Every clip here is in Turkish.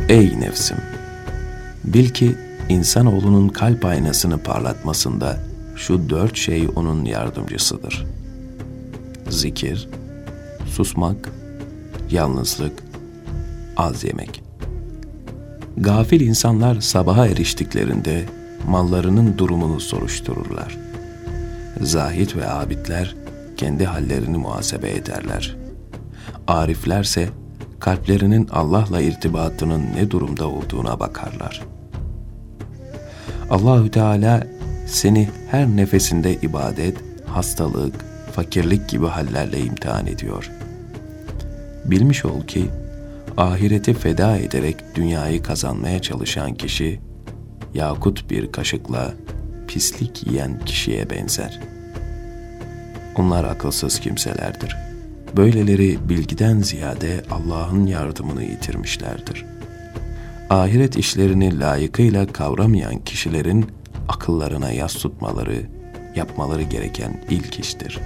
Ey nefsim! Bil ki insanoğlunun kalp aynasını parlatmasında şu 4 şey onun yardımcısıdır. Zikir, susmak, yalnızlık, az yemek. Gafil insanlar sabaha eriştiklerinde mallarının durumunu soruştururlar. Zahid ve abidler kendi hallerini muhasebe ederler. Ariflerse kalplerinin Allah'la irtibatının ne durumda olduğuna bakarlar. Allahü Teala seni her nefesinde ibadet, hastalık, fakirlik gibi hallerle imtihan ediyor. Bilmiş ol ki ahireti feda ederek dünyayı kazanmaya çalışan kişi yakut bir kaşıkla pislik yiyen kişiye benzer. Onlar akılsız kimselerdir. Böyleleri bilgiden ziyade Allah'ın yardımını yitirmişlerdir. Ahiret işlerini layıkıyla kavramayan kişilerin akıllarına yas tutmaları, yapmaları gereken ilk iştir.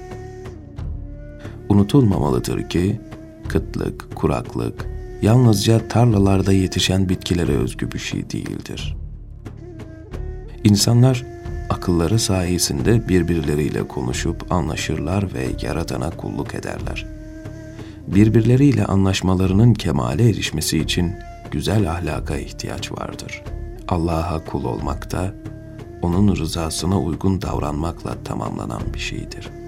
Unutulmamalıdır ki, kıtlık, kuraklık, yalnızca tarlalarda yetişen bitkilere özgü bir şey değildir. İnsanlar, akılları sayesinde birbirleriyle konuşup anlaşırlar ve Yaradan'a kulluk ederler. Birbirleriyle anlaşmalarının kemale erişmesi için güzel ahlaka ihtiyaç vardır. Allah'a kul olmak da, onun rızasına uygun davranmakla tamamlanan bir şeydir.